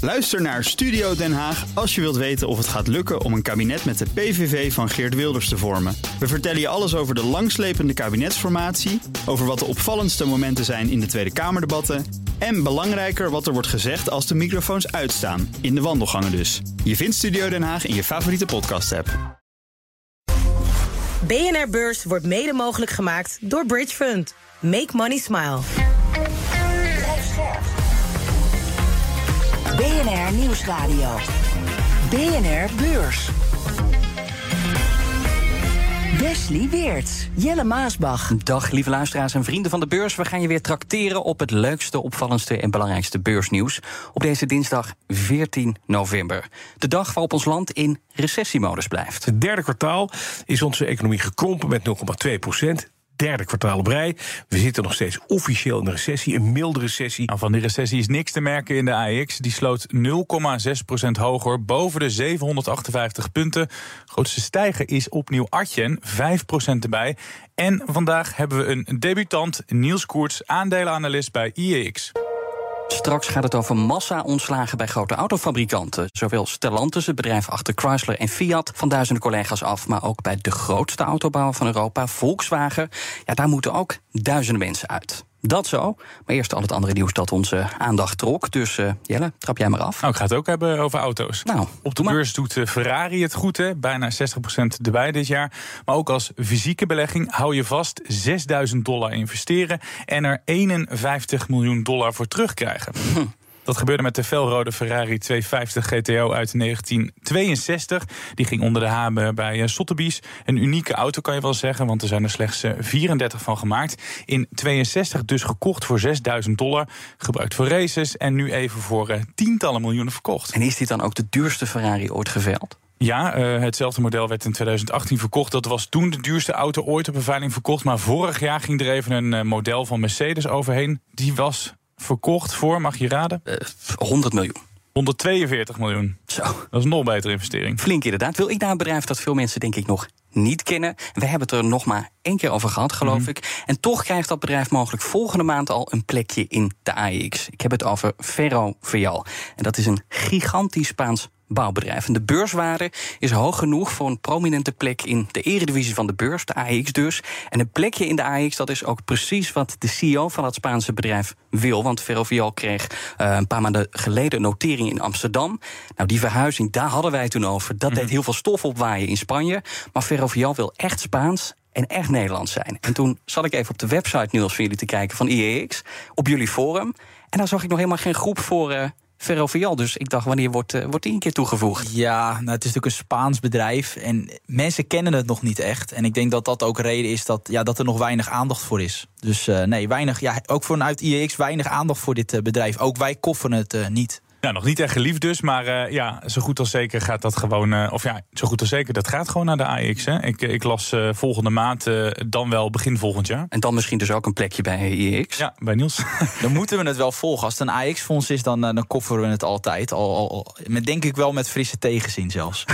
Luister naar Studio Den Haag als je wilt weten of het gaat lukken om een kabinet met de PVV van Geert Wilders te vormen. We vertellen je alles over de langslepende kabinetsformatie, over wat de opvallendste momenten zijn in de Tweede Kamerdebatten en belangrijker wat er wordt gezegd als de microfoons uitstaan, in de wandelgangen dus. Je vindt Studio Den Haag in je favoriete podcast-app. BNR Beurs wordt mede mogelijk gemaakt door Bridge Fund. Make money smile. BNR Nieuwsradio. BNR Beurs. Wesley Weerts, Jelle Maasbach. Dag lieve luisteraars en vrienden van de beurs. We gaan je weer trakteren op het leukste, opvallendste en belangrijkste beursnieuws op deze dinsdag 14 november. De dag waarop ons land in recessiemodus blijft. Het derde kwartaal is onze economie gekrompen met 0,2%. Derde kwartaal op rij. We zitten nog steeds officieel in een recessie, een milde recessie. Nou, van die recessie is niks te merken in de AEX. Die sloot 0,6% hoger, boven de 758 punten. Grootste stijger is opnieuw Adyen, 5% erbij. En vandaag hebben we een debutant, Niels Koerts, aandelenanalist bij IEX. Straks gaat het over massa-ontslagen bij grote autofabrikanten. Zowel Stellantis, het bedrijf achter Chrysler en Fiat, van duizenden collega's af, maar ook bij de grootste autobouwer van Europa, Volkswagen. Ja, daar moeten ook duizenden mensen uit. Dat zo, maar eerst al het andere nieuws dat onze aandacht trok. Dus Jelle, trap jij maar af. Nou, ik ga het ook hebben over auto's. Nou, op de beurs doet Ferrari het goed, hè? Bijna 60% erbij dit jaar. Maar ook als fysieke belegging hou je vast $6.000 investeren en er $51 miljoen voor terugkrijgen. Dat gebeurde met de felrode Ferrari 250 GTO uit 1962. Die ging onder de hamer bij Sotheby's. Een unieke auto kan je wel zeggen, want er zijn er slechts 34 van gemaakt. In 62 dus gekocht voor $6.000. Gebruikt voor races en nu even voor tientallen miljoenen verkocht. En is dit dan ook de duurste Ferrari ooit geveild? Ja, hetzelfde model werd in 2018 verkocht. Dat was toen de duurste auto ooit op een veiling verkocht. Maar vorig jaar ging er even een model van Mercedes overheen. Die was verkocht voor, mag je raden? 100 miljoen. 142 miljoen. Zo. Dat is een nog betere investering. Flink inderdaad. Wil ik naar een bedrijf dat veel mensen denk ik nog niet kennen. We hebben het er nog maar 1 keer over gehad, geloof ik. En toch krijgt dat bedrijf mogelijk volgende maand al een plekje in de AEX. Ik heb het over Ferrovial. En dat is een gigantisch Spaans bouwbedrijf. En de beurswaarde is hoog genoeg voor een prominente plek in de eredivisie van de beurs, de AEX dus. En een plekje in de AEX, dat is ook precies wat de CEO van dat Spaanse bedrijf wil. Want Ferrovial kreeg een paar maanden geleden een notering in Amsterdam. Nou, die verhuizing, daar hadden wij het toen over. Dat deed heel veel stof opwaaien in Spanje. Maar Ferrovial wil echt Spaans en echt Nederlands zijn. En toen zat ik even op de website, Niels, voor jullie te kijken van IEX, op jullie forum. En daar zag ik nog helemaal geen groep voor Ferrovial. Dus ik dacht, wanneer wordt die een keer toegevoegd? Ja, nou, het is natuurlijk een Spaans bedrijf en mensen kennen het nog niet echt. En ik denk dat dat ook reden is dat er nog weinig aandacht voor is. Dus weinig, ook vanuit IEX weinig aandacht voor dit bedrijf. Ook wij kofferen het niet. Ja, nog niet echt geliefd dus, maar zo goed als zeker gaat dat gewoon, zo goed als zeker, dat gaat gewoon naar de AEX. Hè. Ik las volgende maand, dan wel begin volgend jaar. En dan misschien dus ook een plekje bij IEX? Ja, bij Niels. Dan moeten we het wel volgen. Als het een AEX-fonds is, dan kofferen we het altijd. Denk ik wel met frisse tegenzin zelfs.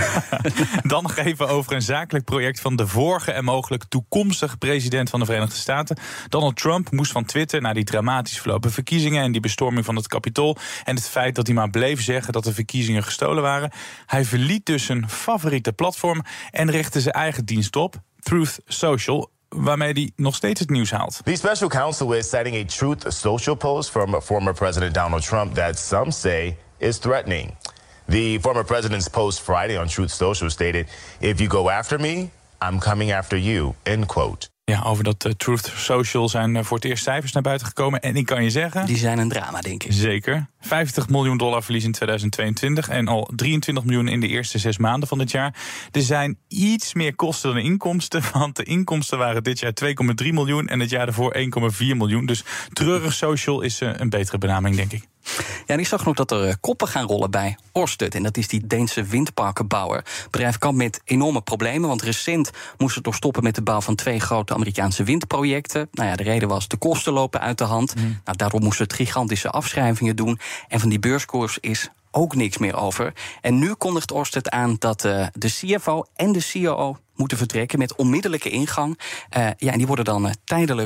Dan nog even over een zakelijk project van de vorige en mogelijk toekomstige president van de Verenigde Staten. Donald Trump moest van Twitter na die dramatisch verlopen verkiezingen en die bestorming van het Capitool en het feit dat hij maar bleef zeggen dat de verkiezingen gestolen waren. Hij verliet dus zijn favoriete platform en richtte zijn eigen dienst op, Truth Social, waarmee hij nog steeds het nieuws haalt. The special counsel is citing a Truth Social post from former President Donald Trump that some say is threatening. The former president's post Friday on Truth Social stated, "If you go after me, I'm coming after you," end quote. Ja, over dat Truth Social zijn voor het eerst cijfers naar buiten gekomen. En ik kan je zeggen, die zijn een drama, denk ik. Zeker. $50 miljoen verlies in 2022 en al 23 miljoen in de eerste 6 maanden van dit jaar. Er zijn iets meer kosten dan inkomsten, want de inkomsten waren dit jaar 2,3 miljoen en het jaar daarvoor 1,4 miljoen. Dus treurig social is een betere benaming, denk ik. Ja, en ik zag nog dat er koppen gaan rollen bij Ørsted. En dat is die Deense windparkenbouwer. Het bedrijf kampt met enorme problemen, want recent moest het nog stoppen met de bouw van 2 grote Amerikaanse windprojecten. Nou ja, de reden was, de kosten lopen uit de hand. Nou, daardoor moesten het gigantische afschrijvingen doen. En van die beurskoers is ook niks meer over. En nu kondigt Ørsted aan dat de CFO en de COO moeten vertrekken met onmiddellijke ingang. En die worden dan tijdelijk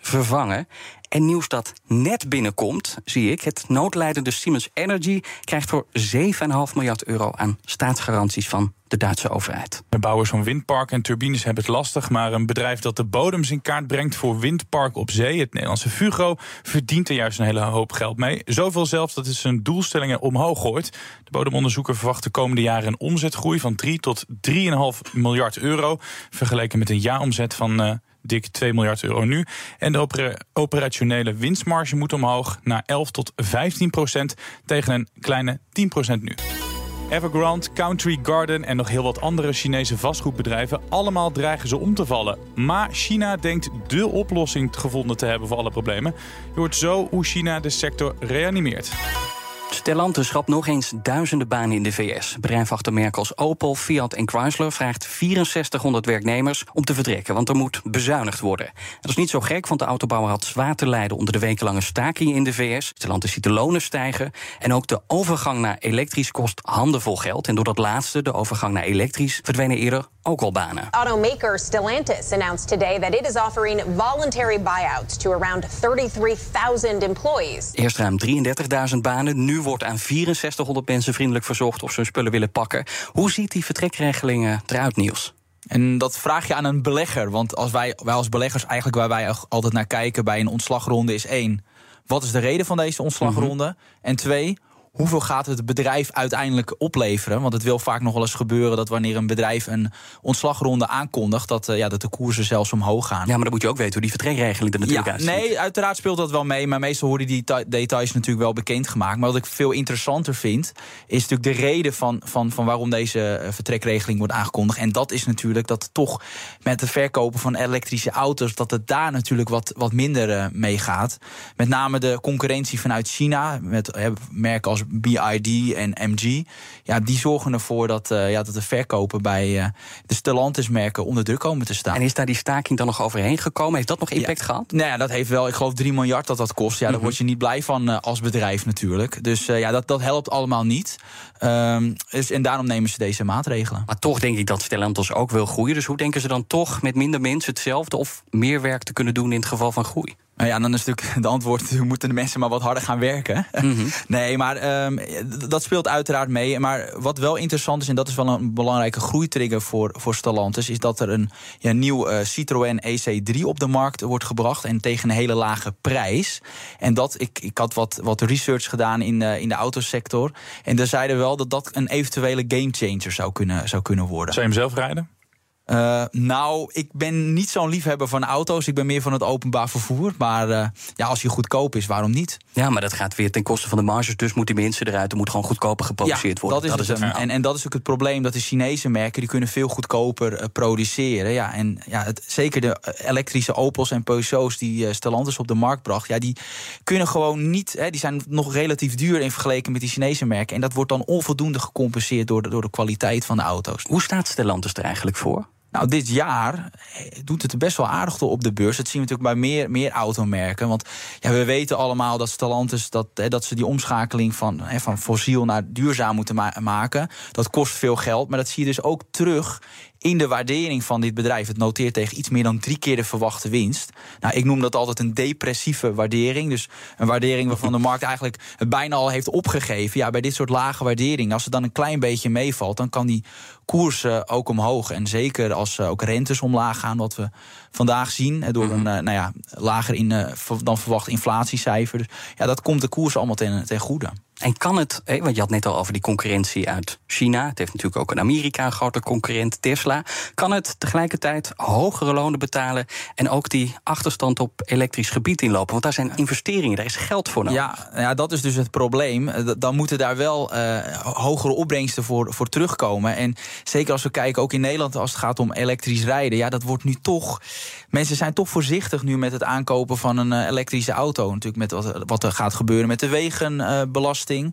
vervangen. En nieuws dat net binnenkomt, zie ik. Het noodlijdende Siemens Energy krijgt voor €7,5 miljard aan staatsgaranties van de Duitse overheid. De bouwers van windparken en turbines hebben het lastig, maar een bedrijf dat de bodems in kaart brengt voor windpark op zee, het Nederlandse Fugro, verdient er juist een hele hoop geld mee. Zoveel zelfs dat het zijn doelstellingen omhoog gooit. De bodemonderzoeker verwacht de komende jaren een omzetgroei van 3 tot €3,5 miljard, vergeleken met een jaaromzet van dik €2 miljard nu. En de operationele winstmarge moet omhoog naar 11 tot 15% tegen een kleine 10% nu. Evergrande, Country Garden en nog heel wat andere Chinese vastgoedbedrijven, allemaal dreigen ze om te vallen. Maar China denkt dé oplossing gevonden te hebben voor alle problemen. Je hoort zo hoe China de sector reanimeert. Stellantis schrapt nog eens duizenden banen in de VS. Bedrijf achter merken als Opel, Fiat en Chrysler vraagt 6400 werknemers om te vertrekken, want er moet bezuinigd worden. Dat is niet zo gek, want de autobouwer had zwaar te lijden onder de wekenlange stakingen in de VS. Stellantis ziet de lonen stijgen en ook de overgang naar elektrisch kost handenvol geld. En door dat laatste, de overgang naar elektrisch, verdwenen eerder ook al banen. Automaker Stellantis announced today that it is offering voluntary buyouts to around 33,000 employees. Eerst ruim 33.000 banen, nu wordt aan 6400 mensen vriendelijk verzocht of ze hun spullen willen pakken. Hoe ziet die vertrekregeling eruit, Niels? En dat vraag je aan een belegger. Want als wij als beleggers eigenlijk waar wij altijd naar kijken bij een ontslagronde is 1. Wat is de reden van deze ontslagronde? En 2. Hoeveel gaat het bedrijf uiteindelijk opleveren? Want het wil vaak nog wel eens gebeuren dat wanneer een bedrijf een ontslagronde aankondigt, dat de koersen zelfs omhoog gaan. Ja, maar dan moet je ook weten hoe die vertrekregeling er natuurlijk uitziet. Nee, uiteraard speelt dat wel mee, maar meestal worden die details natuurlijk wel bekendgemaakt. Maar wat ik veel interessanter vind, is natuurlijk de reden van waarom deze vertrekregeling wordt aangekondigd. En dat is natuurlijk dat toch met het verkopen van elektrische auto's, dat het daar natuurlijk wat minder mee gaat. Met name de concurrentie vanuit China, met merken als BYD en MG, die zorgen ervoor dat de verkopen bij de Stellantis-merken onder druk komen te staan. En is daar die staking dan nog overheen gekomen? Heeft dat nog impact gehad? Nou ja, dat heeft wel, ik geloof 3 miljard dat kost. Ja, daar word je niet blij van als bedrijf natuurlijk. Dus dat helpt allemaal niet. En daarom nemen ze deze maatregelen. Maar toch denk ik dat Stellantis ook wil groeien. Dus hoe denken ze dan toch met minder mensen hetzelfde of meer werk te kunnen doen in het geval van groei? Nou ja, dan is natuurlijk de antwoord, moeten de mensen maar wat harder gaan werken. Mm-hmm. Nee, maar dat speelt uiteraard mee. Maar wat wel interessant is, en dat is wel een belangrijke groeitrigger voor Stellantis, is dat er een nieuw Citroën EC3 op de markt wordt gebracht en tegen een hele lage prijs. En ik had wat research gedaan in de autosector. En daar zeiden we wel dat een eventuele gamechanger zou kunnen worden. Zou je hem zelf rijden? Ik ben niet zo'n liefhebber van auto's. Ik ben meer van het openbaar vervoer. Maar als hij goedkoop is, waarom niet? Ja, maar dat gaat weer ten koste van de marges. Dus moeten die mensen eruit. Er moet gewoon goedkoper geproduceerd worden. Dat is het. En dat is ook het probleem. Dat de Chinese merken, die kunnen veel goedkoper produceren. Ja, en zeker de elektrische Opels en Peugeots die Stellantis op de markt bracht, die kunnen gewoon niet. Die zijn nog relatief duur in vergelijking met die Chinese merken. En dat wordt dan onvoldoende gecompenseerd door de kwaliteit van de auto's. Hoe staat Stellantis er eigenlijk voor? Nou, dit jaar doet het best wel aardig op de beurs. Dat zien we natuurlijk bij meer automerken. Want we weten allemaal dat Stellantis dat ze die omschakeling van fossiel naar duurzaam moeten maken. Dat kost veel geld, maar dat zie je dus ook terug in de waardering van dit bedrijf. Het noteert tegen iets meer dan 3 keer de verwachte winst. Nou, ik noem dat altijd een depressieve waardering. Dus een waardering waarvan de markt eigenlijk het bijna al heeft opgegeven. Ja, bij dit soort lage waarderingen, als het dan een klein beetje meevalt, dan kan die koers ook omhoog. En zeker als ook rentes omlaag gaan, wat we vandaag zien, door een lager dan verwacht inflatiecijfer. Dus dat komt de koers allemaal ten goede. En kan het, want je had net al over die concurrentie uit China. Het heeft natuurlijk ook in Amerika een grote concurrent, Tesla. Kan het tegelijkertijd hogere lonen betalen en ook die achterstand op elektrisch gebied inlopen? Want daar zijn investeringen, daar is geld voor nodig. Ja, dat is dus het probleem. Dan moeten daar wel hogere opbrengsten voor terugkomen. En zeker als we kijken, ook in Nederland, als het gaat om elektrisch rijden, dat wordt nu toch. Mensen zijn toch voorzichtig nu met het aankopen van een elektrische auto. Natuurlijk met wat er gaat gebeuren met de wegenbelasting.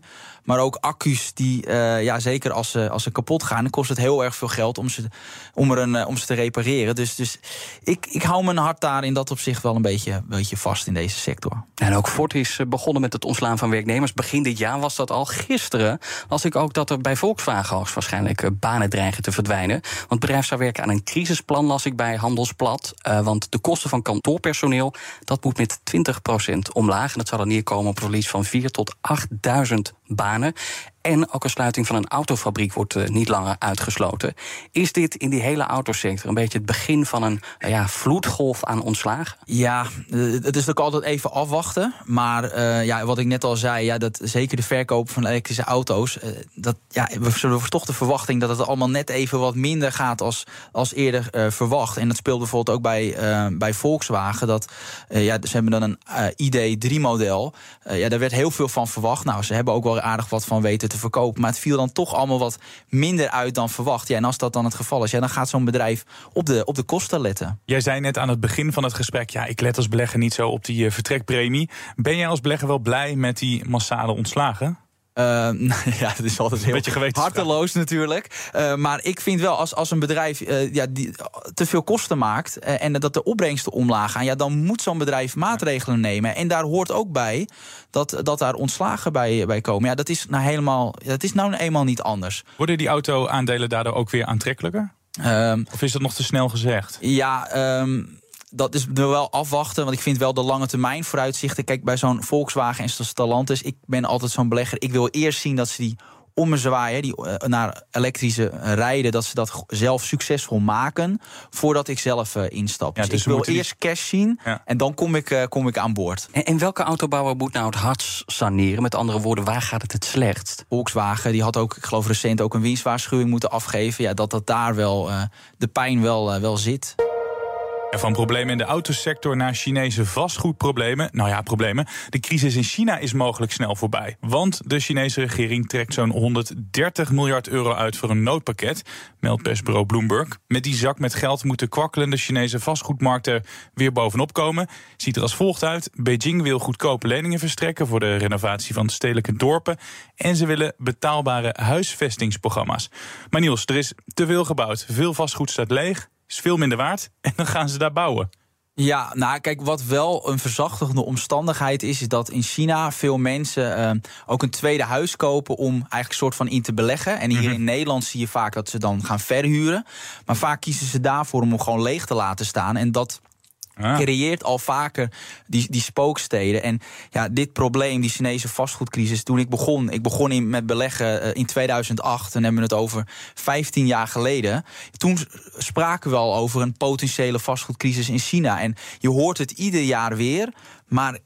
Maar ook accu's die, zeker als ze kapot gaan, dan kost het heel erg veel geld om ze te repareren. Dus ik hou mijn hart daar in dat opzicht wel een beetje vast in deze sector. En ook Ford is begonnen met het ontslaan van werknemers. Begin dit jaar was dat al. Gisteren las ik ook dat er bij Volkswagen hoogstwaarschijnlijk banen dreigen te verdwijnen. Want het bedrijf zou werken aan een crisisplan, las ik bij Handelsblad. Want de kosten van kantoorpersoneel, dat moet met 20% omlaag. En dat zou dan neerkomen op een verlies van 4.000 tot 8.000 banen. En ook een sluiting van een autofabriek wordt niet langer uitgesloten. Is dit in die hele autosector een beetje het begin van een vloedgolf aan ontslagen? Ja, het is ook altijd even afwachten. Maar wat ik net al zei, dat zeker de verkoop van elektrische auto's, we zullen toch de verwachting dat het allemaal net even wat minder gaat als eerder verwacht. En dat speelt bijvoorbeeld ook bij Volkswagen. Ze hebben dan een ID3-model. Daar werd heel veel van verwacht. Nou, ze hebben ook wel aardig wat van weten te verkopen. Maar het viel dan toch allemaal wat minder uit dan verwacht. Ja, en als dat dan het geval is, dan gaat zo'n bedrijf op de kosten letten. Jij zei net aan het begin van het gesprek, ik let als belegger niet zo op die vertrekpremie. Ben jij als belegger wel blij met die massale ontslagen? Het is altijd heel harteloos natuurlijk. Maar ik vind wel, als een bedrijf die te veel kosten maakt en dat de opbrengsten omlaag gaan, dan moet zo'n bedrijf maatregelen nemen. En daar hoort ook bij dat daar ontslagen bij komen. Ja, dat is nou eenmaal niet anders. Worden die auto-aandelen daardoor ook weer aantrekkelijker? Of is dat nog te snel gezegd? Dat is wel afwachten, want ik vind wel de lange termijn vooruitzichten. Kijk, bij zo'n Volkswagen en Stellantis, ik ben altijd zo'n belegger. Ik wil eerst zien dat ze die ommezwaaien, die naar elektrische rijden, dat ze dat zelf succesvol maken, voordat ik zelf instap. Dus ik wil eerst cash zien en dan kom ik aan boord. En welke autobouwer moet nou het hardst saneren? Met andere woorden, waar gaat het slechtst? Volkswagen, die had ook, ik geloof recent, ook een winstwaarschuwing moeten afgeven. Ja, dat daar wel de pijn wel zit. Van problemen in de autosector naar Chinese vastgoedproblemen. Problemen. De crisis in China is mogelijk snel voorbij. Want de Chinese regering trekt zo'n 130 miljard euro uit voor een noodpakket, meldt persbureau Bloomberg. Met die zak met geld moeten kwakkelende Chinese vastgoedmarkten weer bovenop komen. Ziet er als volgt uit. Beijing wil goedkope leningen verstrekken voor de renovatie van stedelijke dorpen. En ze willen betaalbare huisvestingsprogramma's. Maar Niels, er is te veel gebouwd. Veel vastgoed staat leeg. Is veel minder waard en dan gaan ze daar bouwen. Ja, nou kijk, wat wel een verzachtende omstandigheid is dat in China veel mensen ook een tweede huis kopen om eigenlijk een soort van in te beleggen. En hier in Nederland zie je vaak dat ze dan gaan verhuren. Maar vaak kiezen ze daarvoor om hem gewoon leeg te laten staan. En dat creëert al vaker die spooksteden. En dit probleem, die Chinese vastgoedcrisis, toen ik begon met beleggen in 2008, dan hebben we het over 15 jaar geleden. Toen spraken we al over een potentiële vastgoedcrisis in China. En je hoort het ieder jaar weer. Maar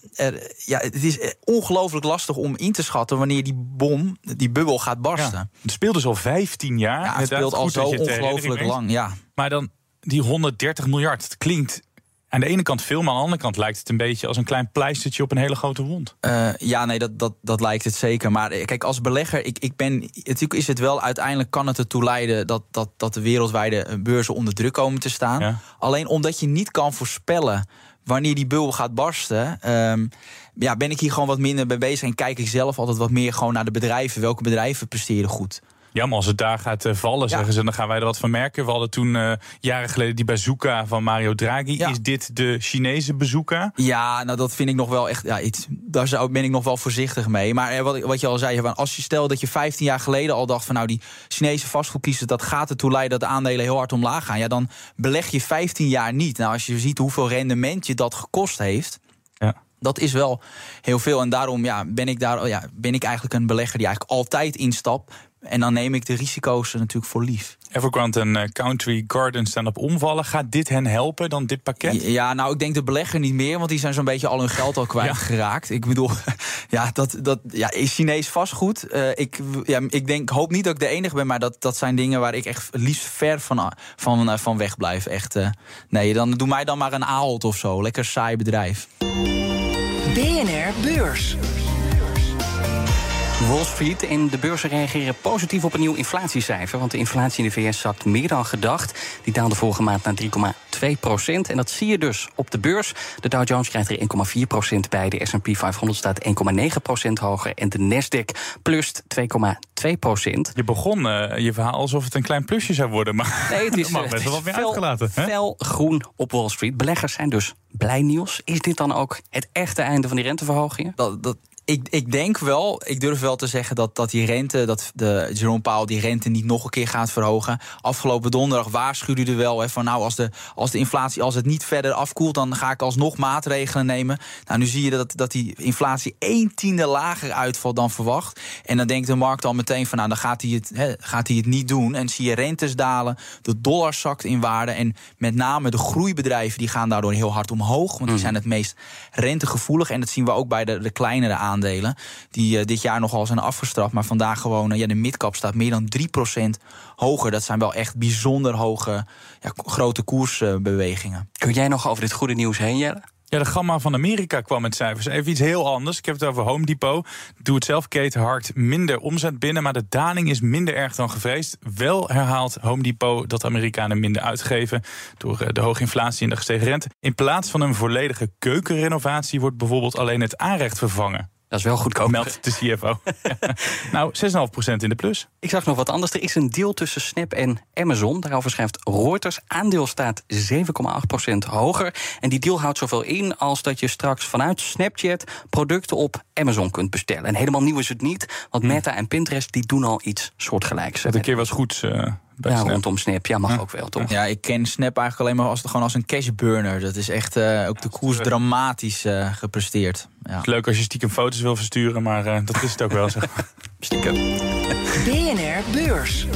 het is ongelooflijk lastig om in te schatten wanneer die bubbel gaat barsten. Ja, het speelt dus al 15 jaar. Ja, het speelt al zo ongelooflijk lang, ja. Maar dan die 130 miljard, het klinkt aan de ene kant veel, maar aan de andere kant lijkt het een beetje als een klein pleistertje op een hele grote wond. Dat lijkt het zeker. Maar kijk, als belegger, natuurlijk is het wel, uiteindelijk kan het ertoe leiden dat de wereldwijde beurzen onder druk komen te staan. Ja. Alleen omdat je niet kan voorspellen wanneer die bubbel gaat barsten, ben ik hier gewoon wat minder mee bezig en kijk ik zelf altijd wat meer gewoon naar de bedrijven. Welke bedrijven presteren goed? Ja, maar als het daar gaat vallen, zeggen ze, dan gaan wij er wat van merken. We hadden toen jaren geleden die bazooka van Mario Draghi. Ja. Is dit de Chinese bazooka? Ja, nou dat vind ik nog wel echt iets. Daar ben ik nog wel voorzichtig mee. Maar wat je al zei, als je stelt dat je 15 jaar geleden al dacht van die Chinese vastgoedcrisis, dat gaat ertoe leiden dat de aandelen heel hard omlaag gaan. Ja, dan beleg je 15 jaar niet. Nou, als je ziet hoeveel rendement je dat gekost heeft. Ja. Dat is wel heel veel. En daarom ben ik eigenlijk een belegger die eigenlijk altijd instapt. En dan neem ik de risico's natuurlijk voor lief. Evergrande en Country Garden staan op omvallen. Gaat dit hen helpen, dan dit pakket? Ja, nou, ik denk de belegger niet meer, want die zijn zo'n beetje al hun geld al kwijtgeraakt. Ik bedoel, is Chinees vastgoed. Ik hoop niet dat ik de enige ben, maar dat zijn dingen waar ik echt liefst ver van weg blijf. Echt, dan doe mij dan maar een Ahold of zo. Lekker saai bedrijf. BNR Beurs. Wall Street en de beurzen reageren positief op een nieuw inflatiecijfer. Want de inflatie in de VS zakt meer dan gedacht. Die daalde vorige maand naar 3,2%. En dat zie je dus op de beurs. De Dow Jones krijgt er 1,4% bij. De S&P 500 staat 1,9% hoger. En de Nasdaq plust 2,2%. Je begon je verhaal alsof het een klein plusje zou worden. Maar nee, het is best wel wat meer uitgelaten. Fel groen op Wall Street. Beleggers zijn dus blij, Niels. Is dit dan ook het echte einde van die renteverhogingen? Ik denk wel, ik durf wel te zeggen dat die rente, dat de Jerome Powell die rente niet nog een keer gaat verhogen. Afgelopen donderdag waarschuwde hij er wel van nou, als de inflatie, als het niet verder afkoelt, dan ga ik alsnog maatregelen nemen. Nou, nu zie je dat die inflatie 1/10 lager uitvalt dan verwacht. En dan denkt de markt al meteen van nou, dan gaat hij het niet doen. En zie je rentes dalen, de dollar zakt in waarde. En met name de groeibedrijven die gaan daardoor heel hard omhoog. Want die zijn het meest rentegevoelig. En dat zien we ook bij de kleinere aandelen. Die dit jaar nogal zijn afgestraft. Maar vandaag gewoon, de midcap staat meer dan 3% hoger. Dat zijn wel echt bijzonder hoge, grote koersbewegingen. Kun jij nog over dit goede nieuws heen, Jelle? Ja, de Gamma van Amerika kwam met cijfers. Even iets heel anders. Ik heb het over Home Depot. Doe-het-zelf-keten hard minder omzet binnen, maar de daling is minder erg dan gevreesd. Wel herhaalt Home Depot dat Amerikanen minder uitgeven door de hoge inflatie en de gestegen rente. In plaats van een volledige keukenrenovatie wordt bijvoorbeeld alleen het aanrecht vervangen. Dat is wel goedkoop. Meldt de CFO. Nou, 6,5% in de plus. Ik zag nog wat anders. Er is een deal tussen Snap en Amazon. Daarover schrijft Reuters. Aandeel staat 7,8% hoger. En die deal houdt zoveel in als dat je straks vanuit Snapchat producten op Amazon kunt bestellen. En helemaal nieuw is het niet, want Meta en Pinterest die doen al iets soortgelijks. Dat een keer wat goeds bij Snap. Rondom Snap. Ja, mag ook wel, toch? Ja, ik ken Snap eigenlijk alleen maar als een cashburner. Dat is echt ook de koers dramatisch gepresteerd. Ja. Het is leuk als je stiekem foto's wil versturen, maar dat is het ook wel, zeg maar. Stiekem. BNR Beurs.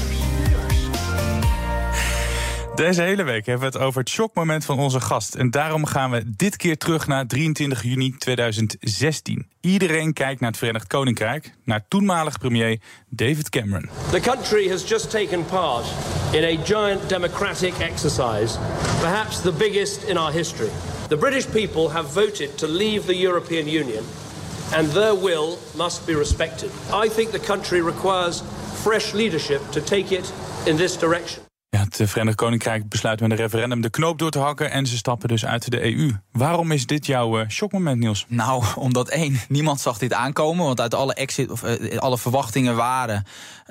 Deze hele week hebben we het over het shockmoment van onze gast. En daarom gaan we dit keer terug naar 23 juni 2016. Iedereen kijkt naar het Verenigd Koninkrijk, naar toenmalig premier David Cameron. The country has just taken part in a giant democratic exercise, perhaps the biggest in our history. The British people have voted to leave the European Union, and their will must be respected. I think the country requires fresh leadership to take it in this direction. Ja, het Verenigd Koninkrijk besluit met een referendum de knoop door te hakken en ze stappen dus uit de EU. Waarom is dit jouw shockmoment, Niels? Nou, omdat niemand zag dit aankomen. Want uit alle alle verwachtingen waren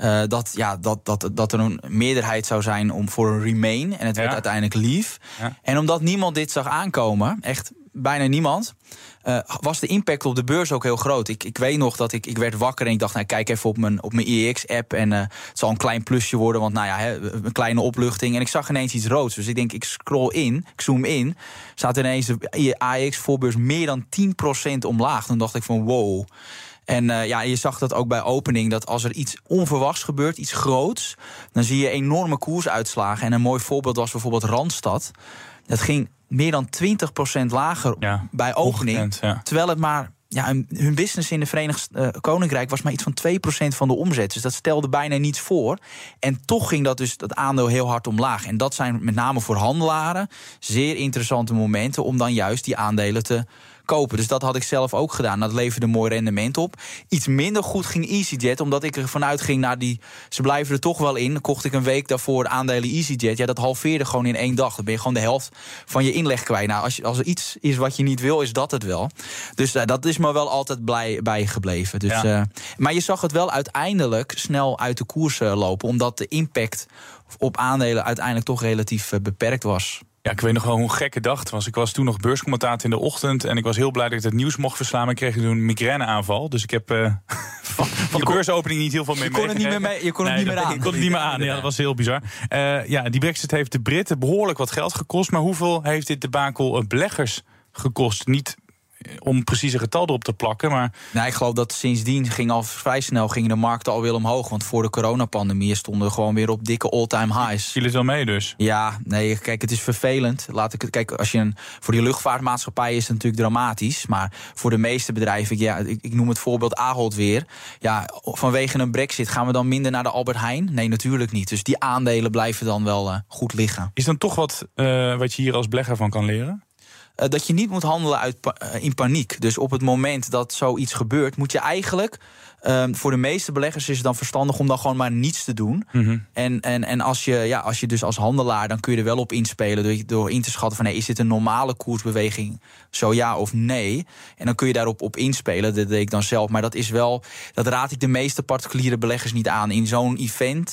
dat er een meerderheid zou zijn voor een remain. En het werd uiteindelijk leave. Ja. En omdat niemand dit zag aankomen, echt bijna niemand, was de impact op de beurs ook heel groot. Ik weet nog dat ik werd wakker en ik dacht, kijk even op mijn IEX-app en het zal een klein plusje worden, want een kleine opluchting. En ik zag ineens iets roods. Dus ik denk, ik zoom in, staat ineens de AEX-voorbeurs meer dan 10% omlaag. Toen dacht ik van wow. En je zag dat ook bij opening, dat als er iets onverwachts gebeurt, iets groots, dan zie je enorme koersuitslagen. En een mooi voorbeeld was bijvoorbeeld Randstad. Dat ging meer dan 20% lager bij opening. Terwijl het maar hun business in de Verenigd Koninkrijk was maar iets van 2% van de omzet. Dus dat stelde bijna niets voor. En toch ging dat aandeel heel hard omlaag. En dat zijn met name voor handelaren zeer interessante momenten om dan juist die aandelen te kopen. Dus dat had ik zelf ook gedaan. Dat leverde een mooi rendement op. Iets minder goed ging EasyJet, omdat ik er vanuit ging ze blijven er toch wel in. Dan kocht ik een week daarvoor aandelen EasyJet. Ja, dat halveerde gewoon in 1 dag. Dan ben je gewoon de helft van je inleg kwijt. Nou, als er iets is wat je niet wil, is dat het wel. Dus dat is me wel altijd bijgebleven. Dus, maar je zag het wel uiteindelijk snel uit de koers lopen, omdat de impact op aandelen uiteindelijk toch relatief beperkt was. Ja, ik weet nog wel hoe een gekke dag het was. Ik was toen nog beurscommentator in de ochtend en ik was heel blij dat ik het nieuws mocht verslaan. Maar ik kreeg toen een migraineaanval. Dus ik heb van de beursopening niet heel veel mee. Je kon het niet meer aan. Ik kon het niet meer aan. Ja, dat was heel bizar. Die Brexit heeft de Britten behoorlijk wat geld gekost. Maar hoeveel heeft dit debakel beleggers gekost? Niet om precies een getal erop te plakken, maar ik geloof dat sindsdien al vrij snel gingen de markten alweer omhoog. Want voor de coronapandemie stonden we gewoon weer op dikke all-time highs. Viel het wel mee dus? Ja, kijk, het is vervelend. Als je voor die luchtvaartmaatschappij is het natuurlijk dramatisch. Maar voor de meeste bedrijven, ik noem het voorbeeld Ahold weer. Ja, vanwege een Brexit gaan we dan minder naar de Albert Heijn? Nee, natuurlijk niet. Dus die aandelen blijven dan wel goed liggen. Is dan toch wat je hier als belegger van kan leren? Dat je niet moet handelen in paniek. Dus op het moment dat zoiets gebeurt, moet je eigenlijk Voor de meeste beleggers is het dan verstandig om dan gewoon maar niets te doen. Mm-hmm. En als je dus als handelaar, dan kun je er wel op inspelen door in te schatten van is dit een normale koersbeweging? Zo ja of nee. En dan kun je daarop op inspelen. Dat deed ik dan zelf. Maar dat raad ik de meeste particuliere beleggers niet aan. In zo'n event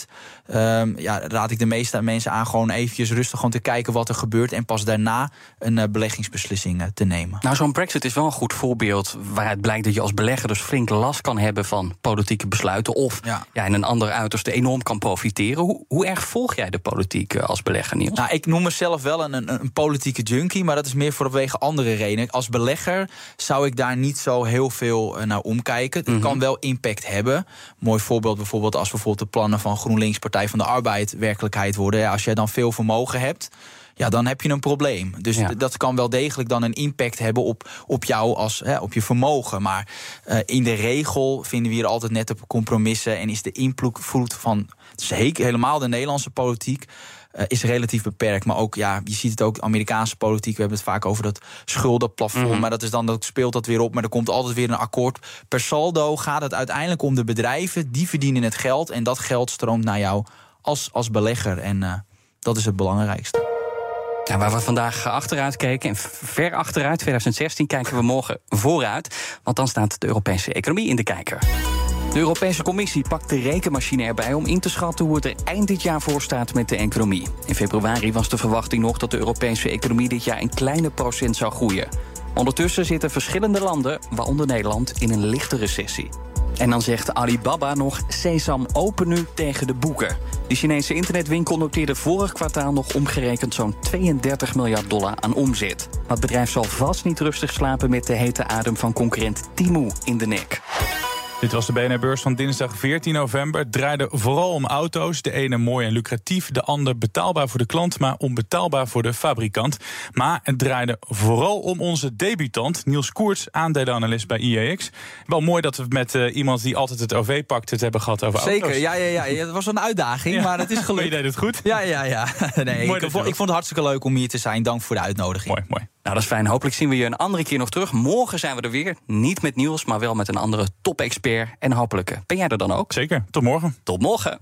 raad ik de meeste mensen aan gewoon eventjes rustig gewoon te kijken wat er gebeurt en pas daarna een beleggingsbeslissing te nemen. Nou, zo'n Brexit is wel een goed voorbeeld waaruit blijkt dat je als belegger dus flink last kan hebben van politieke besluiten of in een ander uiterste enorm kan profiteren. Hoe erg volg jij de politiek als belegger, Niels? Nou, ik noem mezelf wel een politieke junkie, maar dat is meer vanwege andere redenen. Als belegger zou ik daar niet zo heel veel naar omkijken. Het kan wel impact hebben. Mooi voorbeeld bijvoorbeeld als bijvoorbeeld de plannen van GroenLinks, Partij van de Arbeid, werkelijkheid worden. Ja, als jij dan veel vermogen hebt, dan heb je een probleem. Dus dat kan wel degelijk dan een impact hebben op jou op je vermogen. Maar in de regel vinden we hier altijd net op compromissen en is de invloed van helemaal de Nederlandse politiek is relatief beperkt. Maar ook, je ziet het ook, Amerikaanse politiek. We hebben het vaak over dat schuldenplafond. Maar dat speelt dat weer op. Maar er komt altijd weer een akkoord. Per saldo gaat het uiteindelijk om de bedrijven. Die verdienen het geld. En dat geld stroomt naar jou als belegger. En dat is het belangrijkste. Ja, waar we vandaag achteruit keken, en ver achteruit, 2016, kijken we morgen vooruit. Want dan staat de Europese economie in de kijker. De Europese Commissie pakt de rekenmachine erbij om in te schatten hoe het er eind dit jaar voor staat met de economie. In februari was de verwachting nog dat de Europese economie dit jaar een kleine procent zou groeien. Ondertussen zitten verschillende landen, waaronder Nederland, in een lichte recessie. En dan zegt Alibaba nog sesam open nu tegen de boeken. De Chinese internetwinkel noteerde vorig kwartaal nog omgerekend zo'n $32 miljard aan omzet. Maar het bedrijf zal vast niet rustig slapen met de hete adem van concurrent Temu in de nek. Dit was de BNR-beurs van dinsdag 14 november. Het draaide vooral om auto's. De ene mooi en lucratief, de ander betaalbaar voor de klant, maar onbetaalbaar voor de fabrikant. Maar het draaide vooral om onze debutant, Niels Koerts, aandelenanalist bij IEX. Wel mooi dat we met iemand die altijd het OV pakt het hebben gehad over auto's. Zeker, ja. Het was een uitdaging, maar het is gelukt. Je deed het goed. Ja. Nee, ik vond het hartstikke leuk om hier te zijn. Dank voor de uitnodiging. Mooi. Nou, dat is fijn. Hopelijk zien we je een andere keer nog terug. Morgen zijn we er weer. Niet met Niels, maar wel met een andere top-expert. En hopelijk ben jij er dan ook. Zeker. Tot morgen. Tot morgen.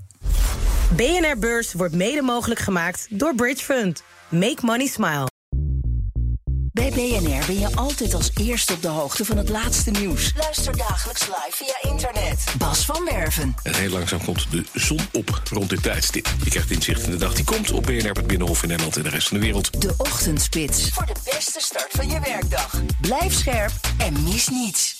BNR Beurs wordt mede mogelijk gemaakt door Bridge Fund. Make money smile. Bij BNR ben je altijd als eerste op de hoogte van het laatste nieuws. Luister dagelijks live via internet. Bas van Werven. En heel langzaam komt de zon op rond dit tijdstip. Je krijgt inzicht in de dag die komt op BNR, het Binnenhof in Nederland en de rest van de wereld. De Ochtendspits. Voor de beste start van je werkdag. Blijf scherp en mis niets.